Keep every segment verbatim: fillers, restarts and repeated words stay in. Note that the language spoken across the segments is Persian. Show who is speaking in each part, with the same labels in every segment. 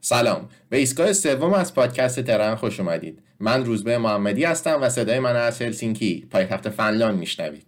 Speaker 1: سلام، به ایستگاه سوم از پادکست ترن خوش اومدید. من روزبه محمدی هستم و صدای من از هلسینکی، پایتخت فنلاند میشنوید.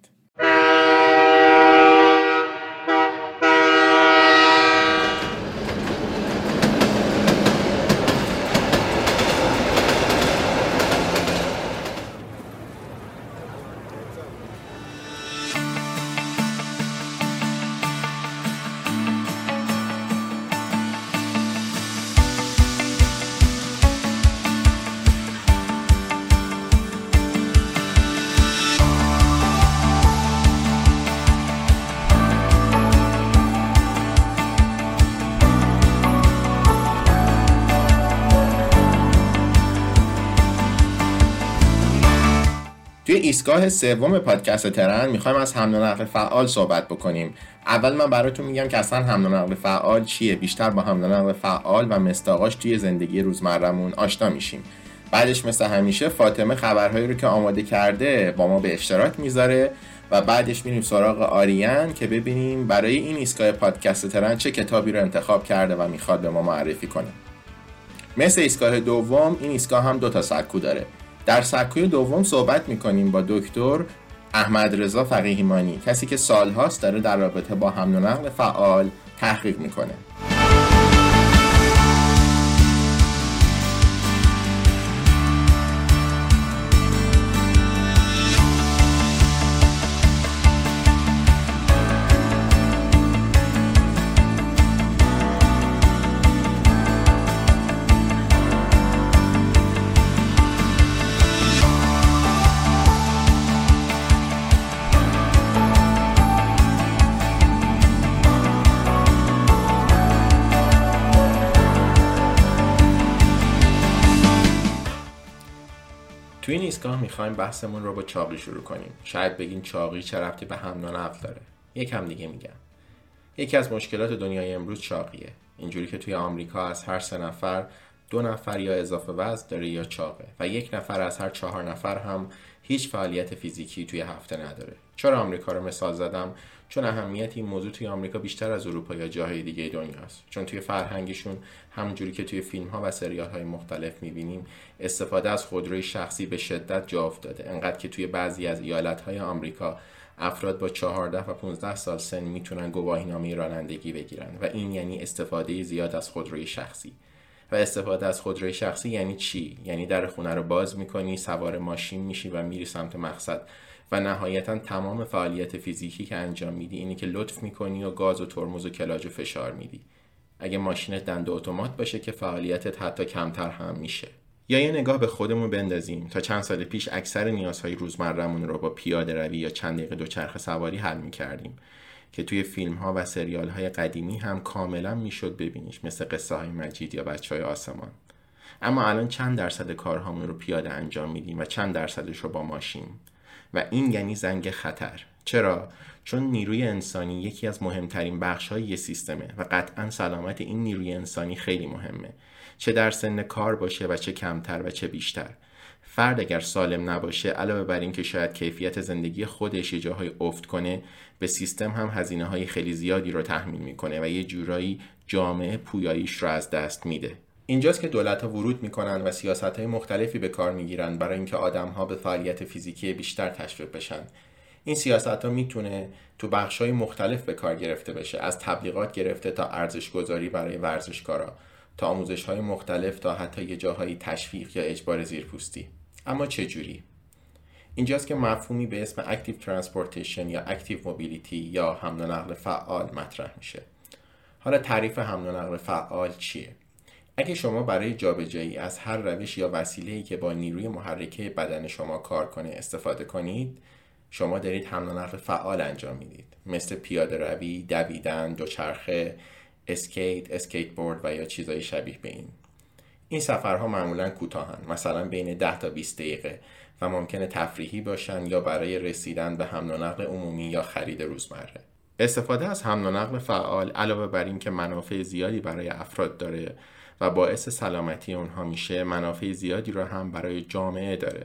Speaker 1: توی ایستگاه سوم پادکست ترن میخوایم از حمل و نقل فعال صحبت بکنیم. اول من براتون میگم که اصلا حمل و نقل فعال چیه، بیشتر با حمل و نقل فعال و مصداقاش توی زندگی روزمره‌مون آشنا میشیم. بعدش مثل همیشه فاطمه خبرهایی رو که آماده کرده با ما به اشتراک میذاره و بعدش میریم سراغ آریان که ببینیم برای این ایستگاه پادکست ترن چه کتابی رو انتخاب کرده و میخواد به ما معرفی کنه. مثل ایستگاه دوم این ایستگاه هم دو تا سکو داره. در سکوی دوم صحبت میکنیم با دکتر احمد رضا فقیهیمانی، کسی که سالهاست داره در رابطه با حمل و نقل فعال تحقیق میکنه. توی این ایستگاه میخوایم بحثمون رو با چاقی شروع کنیم. شاید بگین چاقی چه ربطی به حمل و نقل داره؟ یکم دیگه میگم. یکی از مشکلات دنیای امروز چاقیه. اینجوری که توی آمریکا از هر سه نفر دو نفر یا اضافه وزن داره یا چاقه و یک نفر از هر چهار نفر هم هیچ فعالیت فیزیکی توی هفته نداره. چرا آمریکا رو مثال زدم؟ چون اهمیت این موضوع توی آمریکا بیشتر از اروپا یا جاهای دیگه دنیاست. چون توی فرهنگشون همونجوری که توی فیلم‌ها و سریال‌های مختلف می‌بینیم استفاده از خودروی شخصی به شدت جا افتاده. انقدر که توی بعضی از ایالت‌های آمریکا افراد با چهارده و پانزده سال سن میتونن گواهینامه رانندگی بگیرن و این یعنی استفاده زیاد از خودروی شخصی. و استفاده از خودروی شخصی یعنی چی؟ یعنی در خونه رو باز می‌کنی، سوار ماشین میشی و میری سمت مقصد و نهایتاً تمام فعالیت فیزیکی که انجام میدی اینی که لطف میکنی و گاز و ترمز و کلاج و فشار میدی. اگه ماشینت دنده اتومات باشه که فعالیتت حتی کمتر هم میشه. یا یه نگاه به خودمون بندازیم. تا چند سال پیش اکثر نیازهای روزمره‌مون رو با پیاده روی یا چند دقیقه دوچرخه سواری حل میکردیم که توی فیلم‌ها و سریال‌های قدیمی هم کاملاً میشد ببینیش، مثل قصه های مجید یا بچه‌های آسمان. اما الان چند درصد کارهامون رو پیاده انجام میدیم و چند درصدش رو با ماشین؟ و این یعنی زنگ خطر. چرا؟ چون نیروی انسانی یکی از مهمترین بخش‌های یه سیستمه و قطعاً سلامت این نیروی انسانی خیلی مهمه، چه در سن کار باشه و چه کمتر و چه بیشتر. فرد اگر سالم نباشه، علاوه بر این که شاید کیفیت زندگی خودش یه جاهای افت کنه، به سیستم هم هزینه‌های خیلی زیادی رو تحمیل میکنه و یه جورایی جامعه پویاییش رو از دست میده. اینجاست که دولت‌ها ورود میکنن و سیاست‌های مختلفی به کار میگیرن برای اینکه آدم‌ها به فعالیت فیزیکی بیشتر تشویق بشن. این سیاست‌ها میتونه تو بخش‌های مختلف به کار گرفته بشه، از تبلیغات گرفته تا ارزش‌گذاری برای ورزشکارا، تا آموزش‌های مختلف تا حتی یه جاهایی تشویق یا اجبار زیرپوستی. اما چه جوری؟ اینجاست که مفهومی به اسم Active Transportation یا Active Mobility یا حمل و نقل فعال مطرح میشه. حالا تعریف حمل و نقل فعال چیه؟ اگه شما برای جابجایی از هر روش یا وسیله‌ای که با نیروی محرکه بدن شما کار کنه استفاده کنید، شما دارید حمل و نقل فعال انجام میدید، مثل پیاده روی، دویدن، دوچرخه، اسکیت، اسکیت بورد و یا چیزای شبیه به این. این سفرها معمولاً کوتاهن، مثلا بین ده تا بیست دقیقه و ممکنه تفریحی باشن یا برای رسیدن به حمل و نقل عمومی یا خرید روزمره. استفاده از حمل و نقل فعال علاوه بر این که منافع زیادی برای افراد داره و باعث سلامتی اونها میشه، منافع زیادی رو هم برای جامعه داره.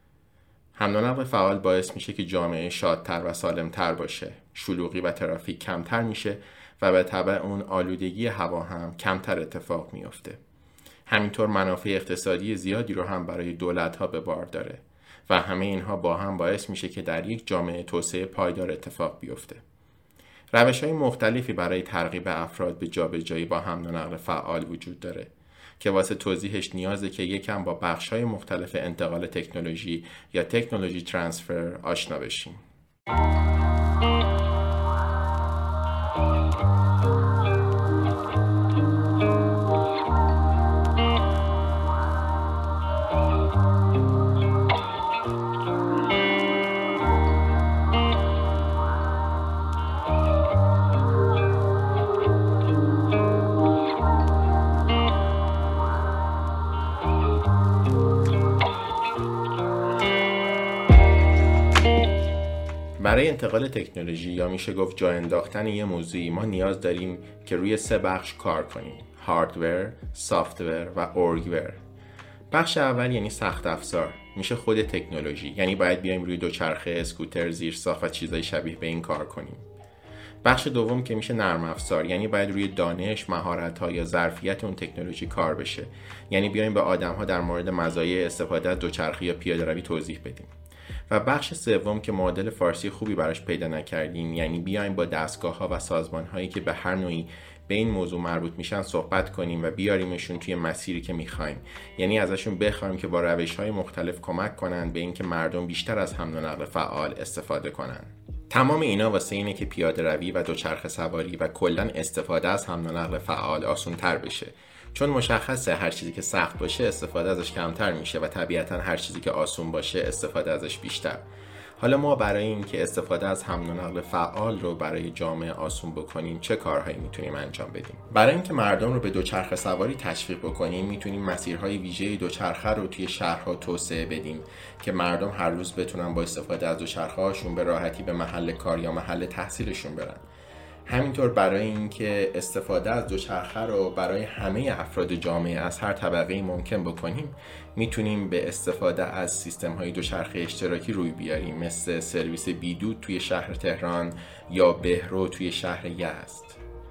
Speaker 1: حمل و نقل فعال باعث میشه که جامعه شادتر و سالمتر باشه، شلوغی و ترافیک کمتر میشه و به تبع اون آلودگی هوا هم کمتر اتفاق میفته. همینطور منافع اقتصادی زیادی رو هم برای دولت‌ها به بار داره و همه اینها با هم باعث میشه که در یک جامعه توسعه پایدار اتفاق بیفته. روش‌های مختلفی برای ترغیب افراد به جابجایی با حمل و نقل فعال وجود داره که واسه توضیحش نیازه که یکم با بخش‌های مختلف انتقال تکنولوژی یا تکنولوژی ترانسفر آشنا بشیم. برای انتقال تکنولوژی یا میشه گفت جا انداختن یه موضوعی ما نیاز داریم که روی سه بخش کار کنیم: هاردور، سافتور و اورگور. بخش اول یعنی سخت افزار، میشه خود تکنولوژی، یعنی باید بیایم روی دوچرخه، اسکوتر، زیرساخت و چیزای شبیه به این کار کنیم. بخش دوم که میشه نرم افزار، یعنی باید روی دانش، مهارت‌ها یا ظرفیت اون تکنولوژی کار بشه، یعنی بیایم به آدم‌ها در مورد مزایای استفاده از دوچرخه یا پیاده‌روی توضیح بدیم. و بخش سوم که معادل فارسی خوبی براش پیدا نکردیم، یعنی بیایم با دستگاه‌ها و سازمان‌هایی که به هر نوعی به این موضوع مربوط میشن صحبت کنیم و بیاریمشون توی مسیری که میخوایم، یعنی ازشون بخوایم که با روش‌های مختلف کمک کنن به اینکه مردم بیشتر از حمل و نقل فعال استفاده کنن. تمام اینا واسه اینه که پیاده روی و دوچرخه سواری و کلاً استفاده از حمل و نقل فعال آسان‌تر بشه، چون مشخصه هر چیزی که سخت باشه استفاده ازش کمتر میشه و طبیعتاً هر چیزی که آسون باشه استفاده ازش بیشتر. حالا ما برای اینکه استفاده از حمل و نقل فعال رو برای جامعه آسون بکنیم چه کارهایی میتونیم انجام بدیم؟ برای اینکه مردم رو به دوچرخه سواری تشویق بکنیم میتونیم مسیرهای ویژه دوچرخه رو توی شهرها توسعه بدیم که مردم هر روز بتونن با استفاده از دوچرخه هاشون به راحتی به محل کار یا محل تحصیلشون برن. همینطور برای اینکه استفاده از دوچرخه رو برای همه افراد جامعه از هر طبقه‌ای ممکن بکنیم میتونیم به استفاده از سیستم‌های دوچرخه اشتراکی روی بیاریم، مثل سرویس بیدود توی شهر تهران یا بهرو توی شهر یزد.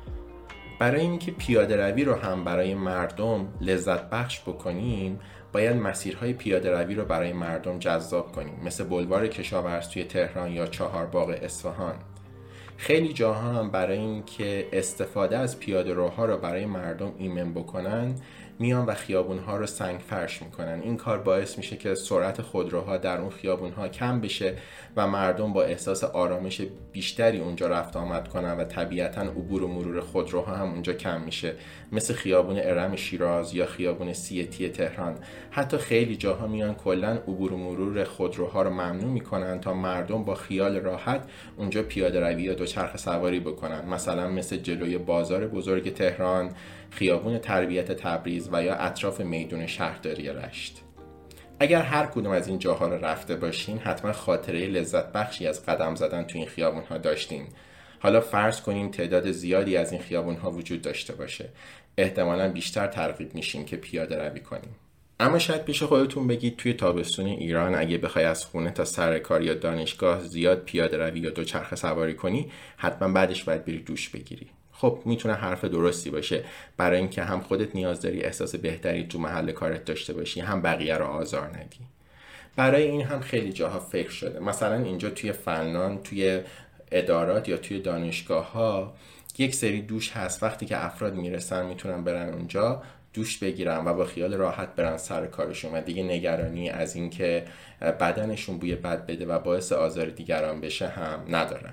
Speaker 1: برای اینکه پیاده روی رو هم برای مردم لذت بخش بکنیم باید مسیرهای پیاده روی رو برای مردم جذاب کنیم، مثل بلوار کشاورز توی تهران یا چهارباغ اصفهان. خیلی جاها هم برای اینکه استفاده از پیاده‌روها رو برای مردم ایمن بکنن میان و خیابونها رو سنگ فرش میکنن. این کار باعث میشه که سرعت خودروها در اون خیابونها کم بشه و مردم با احساس آرامش بیشتری اونجا رفت آمد کنن و طبیعتاً عبور و مرور خودروها هم اونجا کم میشه، مثل خیابون ارم شیراز یا خیابون سیتی تهران. حتی خیلی جاها میان کلاً عبور و مرور خودروها رو ممنوع میکنن تا مردم با خیال راحت اونجا پیاده روی یا دوچرخه سواری بکنن، مثلا مثل جلوی بازار بزرگ تهران، خیابون تربیت تبریز و یا اطراف میدون شهرداری رشت. اگر هر کدوم از این جاها رو رفته باشین حتما خاطره لذت بخشی از قدم زدن تو این خیابون ها داشتین. حالا فرض کنین تعداد زیادی از این خیابون ها وجود داشته باشه، احتمالاً بیشتر ترغیب میشین که پیاده روی کنین. اما شاید پیش خودتون بگید توی تابستون ایران اگه بخوای از خونه تا سر کار یا دانشگاه زیاد پیاده روی یا دوچرخه سواری کنی حتما بعدش باید بری دوش بگیری. خب میتونه حرف درستی باشه، برای اینکه هم خودت نیاز داری احساس بهتری تو محل کارت داشته باشی، هم بقیه رو آزار ندی. برای این هم خیلی جاها فکر شده، مثلا اینجا توی فنلاند توی ادارات یا توی دانشگاه ها یک سری دوش هست، وقتی که افراد میرسن میتونن برن اونجا دوش بگیرن و با خیال راحت برن سر کارشون و دیگه نگرانی از اینکه بدنشون بوی بد بده و باعث آزار دیگران بشه هم ندارن.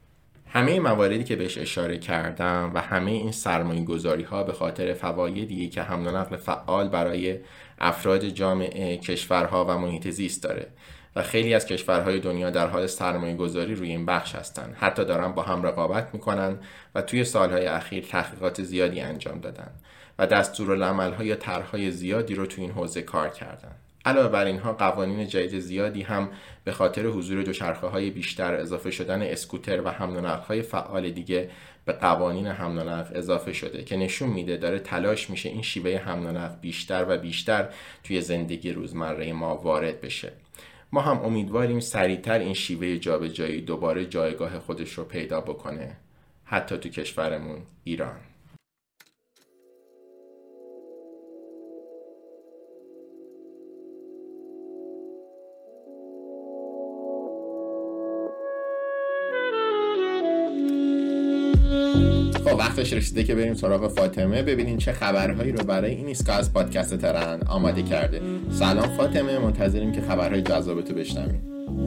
Speaker 1: همه مواردی که بهش اشاره کردم و همه این سرمایه گذاری ها به خاطر فوایدی که حمل و نقل فعال برای افراد جامعه، کشورها و محیط زیست داره و خیلی از کشورهای دنیا در حال سرمایه گذاری روی این بخش هستن، حتی دارن با هم رقابت میکنن و توی سالهای اخیر تحقیقات زیادی انجام دادن و دستورالعمل‌ها یا طرح‌های زیادی رو توی این حوزه کار کردن. علاوه بر اینها قوانین جدید زیادی هم به خاطر حضور دوچرخه‌های بیشتر، اضافه شدن اسکوتر و حمل و نقل‌های فعال دیگه به قوانین حمل و نقل اضافه شده که نشون میده داره تلاش میشه این شیوه حمل و نقل بیشتر و بیشتر توی زندگی روزمره ما وارد بشه. ما هم امیدواریم سریعتر این شیوه جابجایی دوباره جایگاه خودش رو پیدا بکنه، حتی تو کشورمون ایران. خب وقتش رسیده که بریم سراغ فاطمه ببینیم چه خبرهایی رو برای این ایستگاه از پادکست ترند آماده کرده. سلام فاطمه، منتظریم که خبرهای جذابتو بشنویم.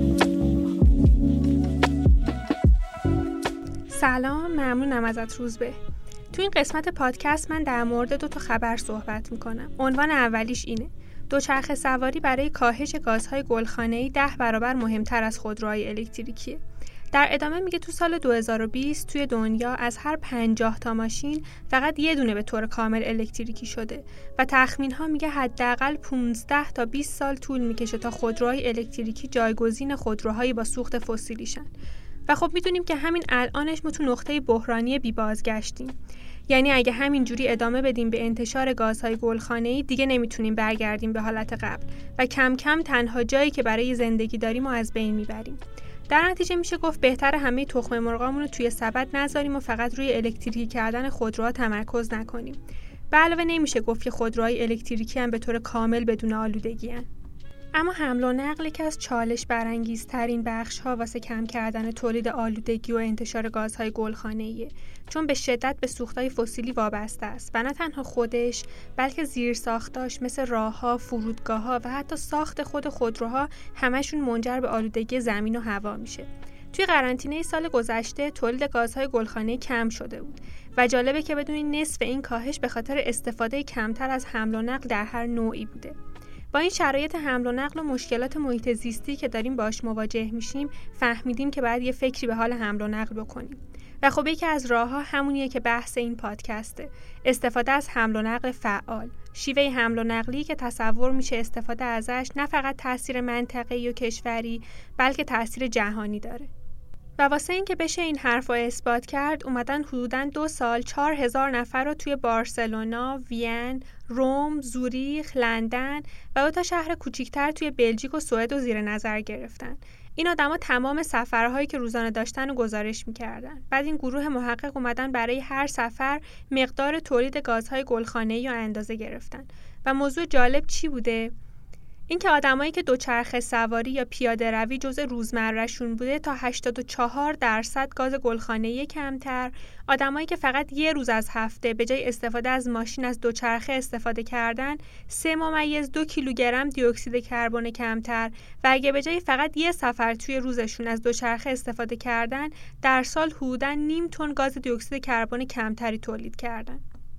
Speaker 2: سلام، ممنونم ازت روزبه. تو این قسمت پادکست من در مورد دو تا خبر صحبت میکنم. عنوان اولیش اینه: دوچرخه سواری برای کاهش گازهای گلخانه‌ای ده برابر مهمتر از خودروهای الکتریکیه. در ادامه میگه تو سال دو هزار و بیست توی دنیا از هر پنجاه تا ماشین فقط یه دونه به طور کامل الکتریکی شده و تخمین‌ها میگه حداقل پانزده تا بیست سال طول میکشه تا خودروهای الکتریکی جایگزین خودروهایی با سوخت فسیلیشن. و خب میدونیم که همین الانش ما تو نقطه بحرانی بی بازگشتیم. یعنی اگه همین جوری ادامه بدیم به انتشار گازهای گلخانه‌ای دیگه نمیتونیم برگردیم به حالت قبل و کم کم تنها جایی که برای زندگی داریم رو از بین میبریم. در نتیجه میشه گفت بهتر همه تخم مرغامون رو توی سبد نذاریم و فقط روی الکتریکی کردن خودروها تمرکز نکنیم. به علاوه نمیشه گفت که خودروهای الکتریکی هم به طور کامل بدون آلودگی هن. اما حمل و نقل که از چالش برانگیزترین بخش‌ها واسه کم کردن تولید آلودگی و انتشار گازهای گلخانه‌ایه، چون به شدت به سوختهای فسیلی وابسته است و نه تنها خودش بلکه زیرساختاش مثل راه‌ها، فرودگاه‌ها و حتی ساخت خود خودروها همشون منجر به آلودگی زمین و هوا میشه. توی قرنطینه سال گذشته تولید گازهای گلخانه‌ای کم شده بود و جالبه که بدونین نصف این کاهش به خاطر استفاده کمتر از حمل و نقل در هر نوعی بوده. با این شرایط حمل و نقل و مشکلات محیط زیستی که داریم باهاش مواجه میشیم، فهمیدیم که باید یه فکری به حال حمل و نقل بکنیم. و خب یکی از راه‌ها همونیه که بحث این پادکسته: استفاده از حمل و نقل فعال. شیوه حمل و نقلی که تصور میشه استفاده ازش نه فقط تاثیر منطقه‌ای و کشوری، بلکه تاثیر جهانی داره. و واسه این که بشه این حرف رو اثبات کرد، اومدن حدوداً دو سال چهار هزار نفر رو توی بارسلونا، وین، روم، زوریخ، لندن و دو تا شهر کوچیک‌تر توی بلژیک و سوئد رو زیر نظر گرفتن. این آدما تمام سفرهایی که روزانه داشتن رو گزارش می‌کردن. بعد این گروه محقق اومدن برای هر سفر مقدار تولید گازهای گلخانه‌ای رو اندازه گرفتن. و موضوع جالب چی بوده؟ اینکه آدمایی که دوچرخه سواری یا پیاده روی جزء روزمره‌شون بوده تا هشتاد و چهار درصد گاز گلخانه‌ای کمتر، آدمایی که فقط یه روز از هفته به جای استفاده از ماشین از دوچرخه استفاده کردن، سه ممیز دو کیلوگرم دی اکسید کربن کمتر و اگه به جای فقط یه سفر توی روزشون از دوچرخه استفاده کردن، در سال حدوداً نیم تن گاز دی اکسید کربن کمتری تولید کردن.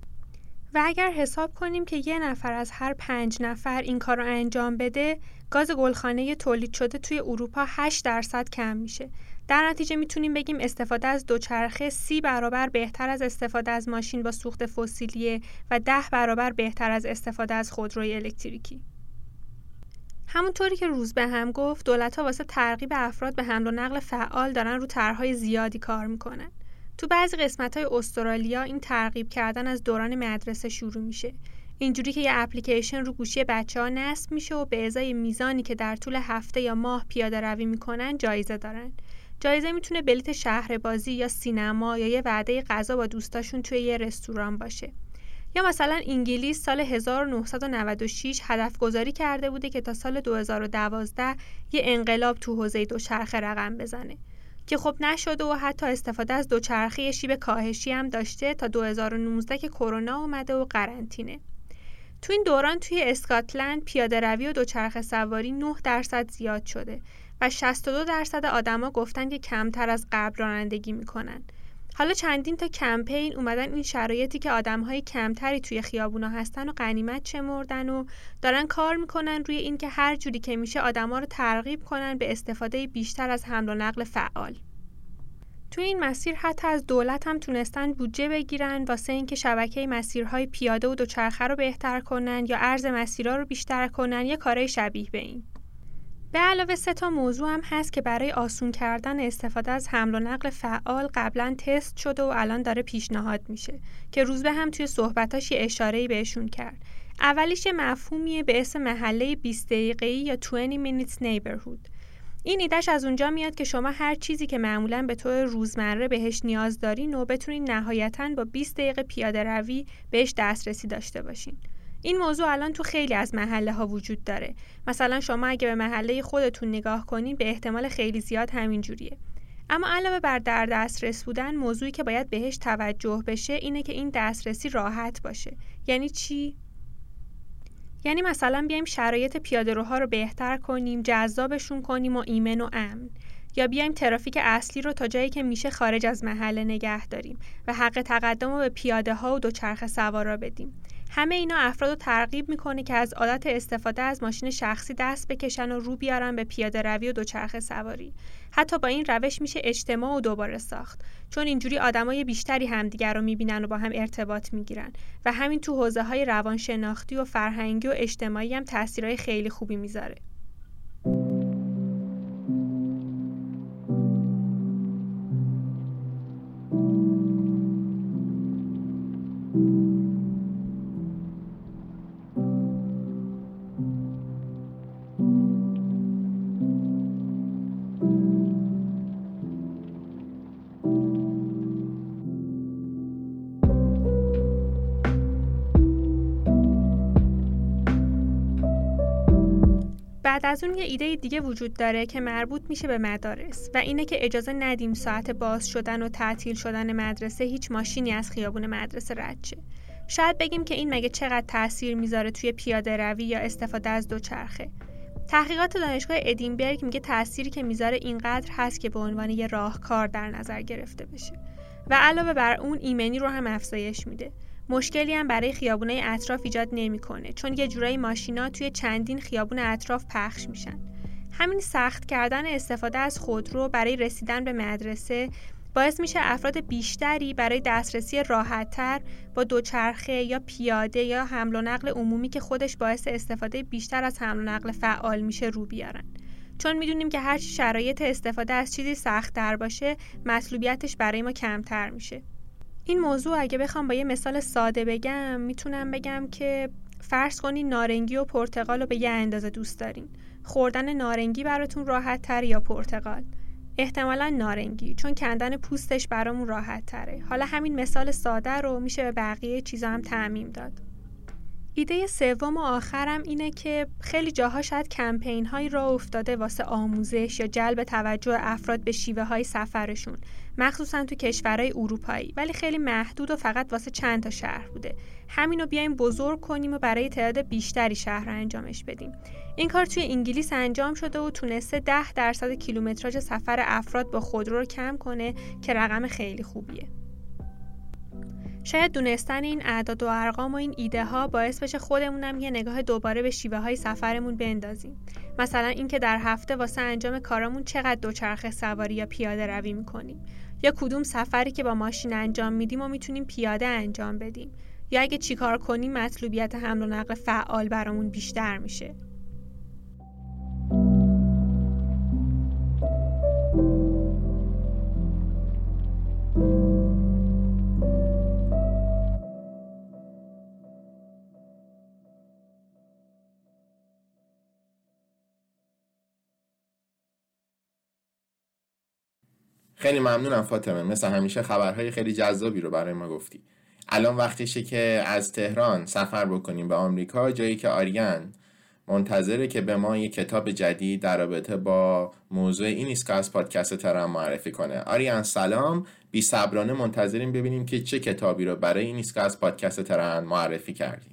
Speaker 2: و اگر حساب کنیم که یه نفر از هر پنج نفر این کار رو انجام بده، گاز گلخانه‌ای تولید شده توی اروپا هشت درصد کم میشه. در نتیجه میتونیم بگیم استفاده از دوچرخه سی برابر بهتر از استفاده از ماشین با سوخت فسیلیه و ده برابر بهتر از استفاده از خودروی الکتریکی. همونطوری که روزبه هم گفت، دولت‌ها واسه ترغیب افراد به حمل و نقل فعال دارن رو طرح‌های زیادی کار میکنن. تو بعضی قسمت‌های استرالیا این ترغیب کردن از دوران مدرسه شروع میشه. اینجوری که یه اپلیکیشن رو گوشی بچه‌ها نصب میشه و به ازای میزانی که در طول هفته یا ماه پیاده روی میکنن جایزه دارن. جایزه میتونه بلیت شهر بازی یا سینما یا یه وعده غذا با دوستاشون توی یه رستوران باشه. یا مثلا انگلیس سال هزار و نهصد و نود و شش هدف گذاری کرده بوده که تا سال دو هزار و دوازده یه انقلاب تو حوزه دوچرخه رقم بزنه. که خب نشده و حتی استفاده از دوچرخه شیب کاهشی هم داشته تا دو هزار و نوزده که کرونا اومده و قرنطینه. تو این دوران توی اسکاتلند پیاده روی و دوچرخه سواری نه درصد زیاد شده و شصت و دو درصد آدما گفتن که کمتر از قبل رانندگی میکنن. حالا چندین تا کمپین اومدن این شرایطی که آدم‌های کمتری توی خیابونا هستن و غنیمت شمردن و دارن کار میکنن روی این که هر جوری که میشه آدما رو ترغیب کنن به استفاده بیشتر از حمل و نقل فعال. توی این مسیر حتی از دولت هم تونستن بودجه بگیرن واسه اینکه شبکه مسیرهای پیاده و دوچرخه رو بهتر کنن یا عرض مسیرها رو بیشتر کنن یا کارهای شبیه به این. به علاوه سه تا موضوع هم هست که برای آسون کردن استفاده از حمل و نقل فعال قبلا تست شده و الان داره پیشنهاد میشه که روزبه هم توی صحبتاش یه اشاره‌ای بهشون کرد. اولیش یه مفهومیه به اسم محله بیست دقیقه‌ای یا بیست minutes neighborhood. این ایدهش از اونجا میاد که شما هر چیزی که معمولاً به طور روزمره بهش نیاز دارین و بتونین نهایتاً با بیست دقیقه پیاده روی بهش دسترسی داشته باشین. این موضوع الان تو خیلی از محله ها وجود داره. مثلا شما اگه به محله خودتون نگاه کنین به احتمال خیلی زیاد همین جوریه. اما علاوه بر در دسترس بودن، موضوعی که باید بهش توجه بشه اینه که این دسترسی راحت باشه. یعنی چی؟ یعنی مثلا بیایم شرایط پیاده‌روها رو بهتر کنیم، جذابشون کنیم و ایمن و امن. یا بیایم ترافیک اصلی رو تا جایی که میشه خارج از محله نگه داریم و حق تقدم رو به پیاده‌ها و دوچرخه سوارا بدیم. همه اینا افراد رو ترغیب میکنه که از عادت استفاده از ماشین شخصی دست بکشن و رو بیارن به پیاده روی و دوچرخه سواری. حتی با این روش میشه اجتماع و دوباره ساخت، چون اینجوری آدمای بیشتری همدیگر رو میبینن و با هم ارتباط میگیرن و همین تو حوزه‌های روانشناختی و فرهنگی و اجتماعی هم تاثیرای خیلی خوبی میذاره. بعد از اون یه ایده دیگه وجود داره که مربوط میشه به مدارس و اینه که اجازه ندیم ساعت باز شدن و تعطیل شدن مدرسه هیچ ماشینی از خیابون مدرسه رد شه. شاید بگیم که این مگه چقدر تأثیر میذاره توی پیاده روی یا استفاده از دوچرخه. تحقیقات دانشگاه ادینبرگ میگه تأثیری که میذاره اینقدر هست که به عنوان یه راهکار در نظر گرفته بشه و علاوه بر اون ایمنی رو هم افزایش میده. مشکلی هم برای خیابونای اطراف ایجاد نمیکنه، چون یه جورایی ماشینا توی چندین خیابون اطراف پخش میشن. همین سخت کردن استفاده از خودرو برای رسیدن به مدرسه باعث میشه افراد بیشتری برای دسترسی راحت‌تر با دوچرخه یا پیاده یا حمل و نقل عمومی که خودش باعث استفاده بیشتر از حمل و نقل فعال میشه رو بیارن. چون میدونیم که هر چی شرایط استفاده از چیزی سخت‌تر باشه، مطلوبیتش برای ما کمتر میشه. این موضوع اگه بخوام با یه مثال ساده بگم، میتونم بگم که فرض کنین نارنگی و پرتقال رو به یه اندازه دوست دارین. خوردن نارنگی براتون راحت تر یا پرتقال؟ احتمالاً نارنگی، چون کندن پوستش برامون راحت تره. حالا همین مثال ساده رو میشه به بقیه چیزا هم تعمیم داد. ایده سوم و آخرم اینه که خیلی جاها شاید کمپین هایی راه افتاده واسه آموزش یا جلب توجه افراد به شیوه های سفرشون، مخصوصا تو کشورهای اروپایی، ولی خیلی محدود و فقط واسه چند تا شهر بوده. همینو بیایم بزرگ کنیم و برای تعداد بیشتری شهر انجامش بدیم. این کار توی انگلیس انجام شده و تونسته ده درصد کیلومتراژ سفر افراد با خودرو رو کم کنه که رقم خیلی خوبیه. شاید دونستن این اعداد و ارقام و این ایده ها باعث بشه خودمونم یه نگاه دوباره به شیوه های سفرمون بندازیم. مثلا اینکه در هفته واسه انجام کارامون چقدر دوچرخه سواری یا پیاده روی میکنیم، یا کدوم سفری که با ماشین انجام میدیم و میتونیم پیاده انجام بدیم، یا اگه چیکار کنیم مطلوبیت حمل و نقل فعال برامون بیشتر میشه.
Speaker 1: خیلی ممنونم فاطمه، مثل همیشه خبرهای خیلی جذابی رو برای ما گفتی. الان وقتشه که از تهران سفر بکنیم به آمریکا، جایی که آریان منتظره که به ما یک کتاب جدید در رابطه با موضوع این ایسکاست پادکست ترن معرفی کنه. آریان سلام، بی صبرانه منتظریم ببینیم که چه کتابی رو برای این ایسکاست پادکست ترن معرفی کردی.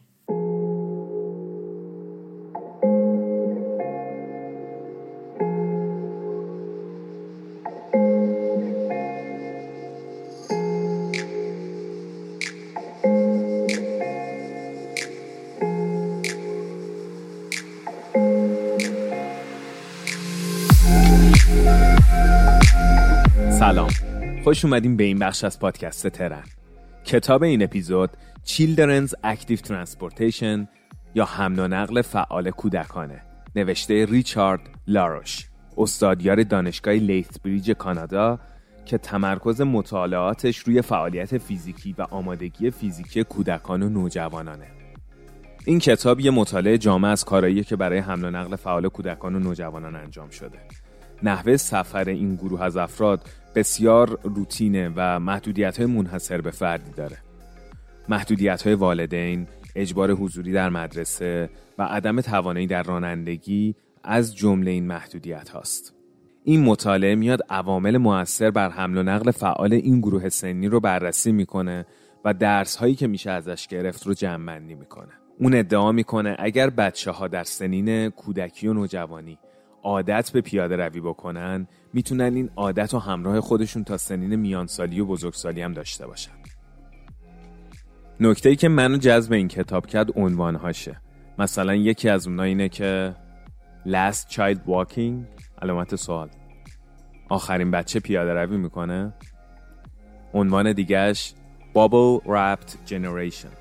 Speaker 3: سلام، خوش اومدیم به این بخش از پادکست ترن. کتاب این اپیزود Children's Active Transportation یا حمل و نقل فعال کودکانه، نوشته ریچارد لاروش، استادیار دانشگاه لیثبریج کانادا، که تمرکز مطالعاتش روی فعالیت فیزیکی و آمادگی فیزیکی کودکان و نوجوانانه. این کتاب یه مطالعه جامع از کارهایی که برای حمل و نقل فعال کودکان و نوجوانان انجام شده. نحوه سفر این گروه از افراد بسیار روتینه و محدودیت‌های منحصر به فردی داره. محدودیت‌های والدین، اجبار حضوری در مدرسه و عدم توانایی در رانندگی از جمله این محدودیت هاست. این مطالعه میاد عوامل مؤثر بر حمل و نقل فعال این گروه سنی رو بررسی میکنه و درس هایی که میشه ازش گرفت رو جمع بندی میکنه. اون ادعا میکنه اگر بچه ها در سنین کودکی و نوجوانی عادت به پیاده روی بکنن، میتونن این عادت رو همراه خودشون تا سنین میانسالی و بزرگسالی هم داشته باشن. نکته‌ای که منو جذب این کتاب کرد عنوانهاشه. مثلا یکی از اونها اینه که Last Child Walking، علامت سوال، آخرین بچه پیاده روی میکنه. عنوان دیگهش Bubble Wrapped Generation.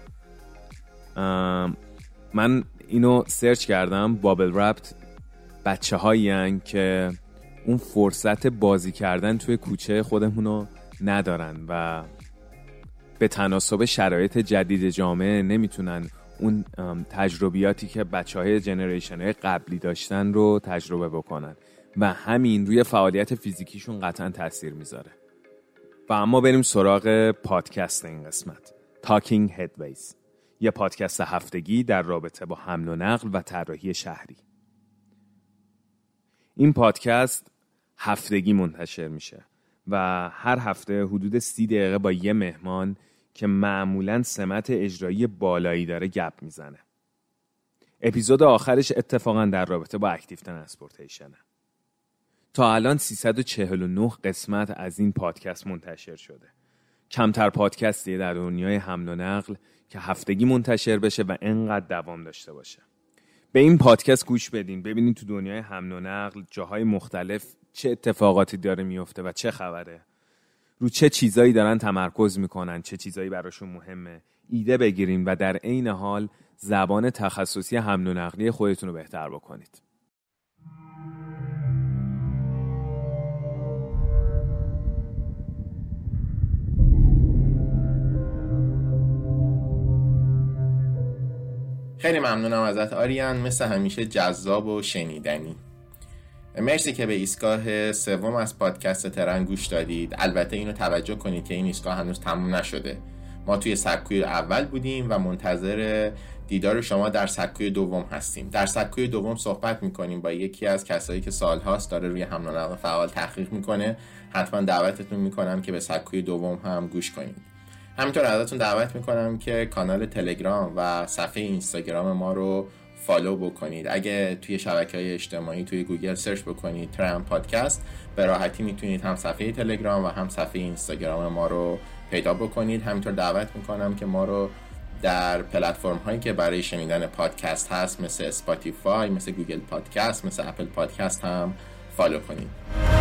Speaker 3: من اینو سرچ کردم. بابل رپت بچه هایی هن که اون فرصت بازی کردن توی کوچه خودمونو ندارن و به تناسب شرایط جدید جامعه نمیتونن اون تجربیاتی که بچه های جنریشن های قبلی داشتن رو تجربه بکنن و همین روی فعالیت فیزیکیشون قطعا تاثیر میذاره. و اما بریم سراغ پادکست این قسمت، Talking Headways، یه پادکست هفتگی در رابطه با حمل و نقل و طراحی شهری. این پادکست هفتگی منتشر میشه و هر هفته حدود سی دقیقه با یه مهمان که معمولاً سمت اجرایی بالایی داره گپ میزنه. اپیزود آخرش اتفاقاً در رابطه با اکتیو ترانسپورتیشنه. تا الان سیصد و چهل و نه قسمت از این پادکست منتشر شده. کمتر پادکستیه در دنیای حمل و نقل که هفتگی منتشر بشه و انقدر دوام داشته باشه. به این پادکست گوش بدین، ببینین تو دنیای حمل و نقل جاهای مختلف چه اتفاقاتی داره میفته و چه خبره، رو چه چیزایی دارن تمرکز میکنن، چه چیزایی براشون مهمه، ایده بگیرین و در عین حال زبان تخصصی حمل و نقلی خودتون رو بهتر بکنید.
Speaker 1: خیلی ممنونم ازت آریان، مثل همیشه جذاب و شنیدنی. مرسی که به ایستگاه سوم از پادکست ترن گوش دادید. البته اینو توجه کنید که این ایستگاه هنوز تموم نشده. ما توی سکوی اول بودیم و منتظر دیدار شما در سکوی دوم هستیم. در سکوی دوم صحبت میکنیم با یکی از کسایی که سالهاست داره روی حمل و نقل فعال تحقیق میکنه. حتما دعوتتون میکنم که به سکوی دوم هم گوش کنید. همینطور ازتون دعوت میکنم که کانال تلگرام و صفحه اینستاگرام ما رو فالو بکنید. اگه توی شبکه‌های اجتماعی توی گوگل سرچ بکنید ترن پادکست، به راحتی میتونید هم صفحه تلگرام و هم صفحه اینستاگرام ما رو پیدا بکنید. همینطور دعوت میکنم که ما رو در پلتفرم هایی که برای شنیدن پادکست هست مثل اسپاتیفای، مثل گوگل پادکست، مثل اپل پادکست هم فالو کنید.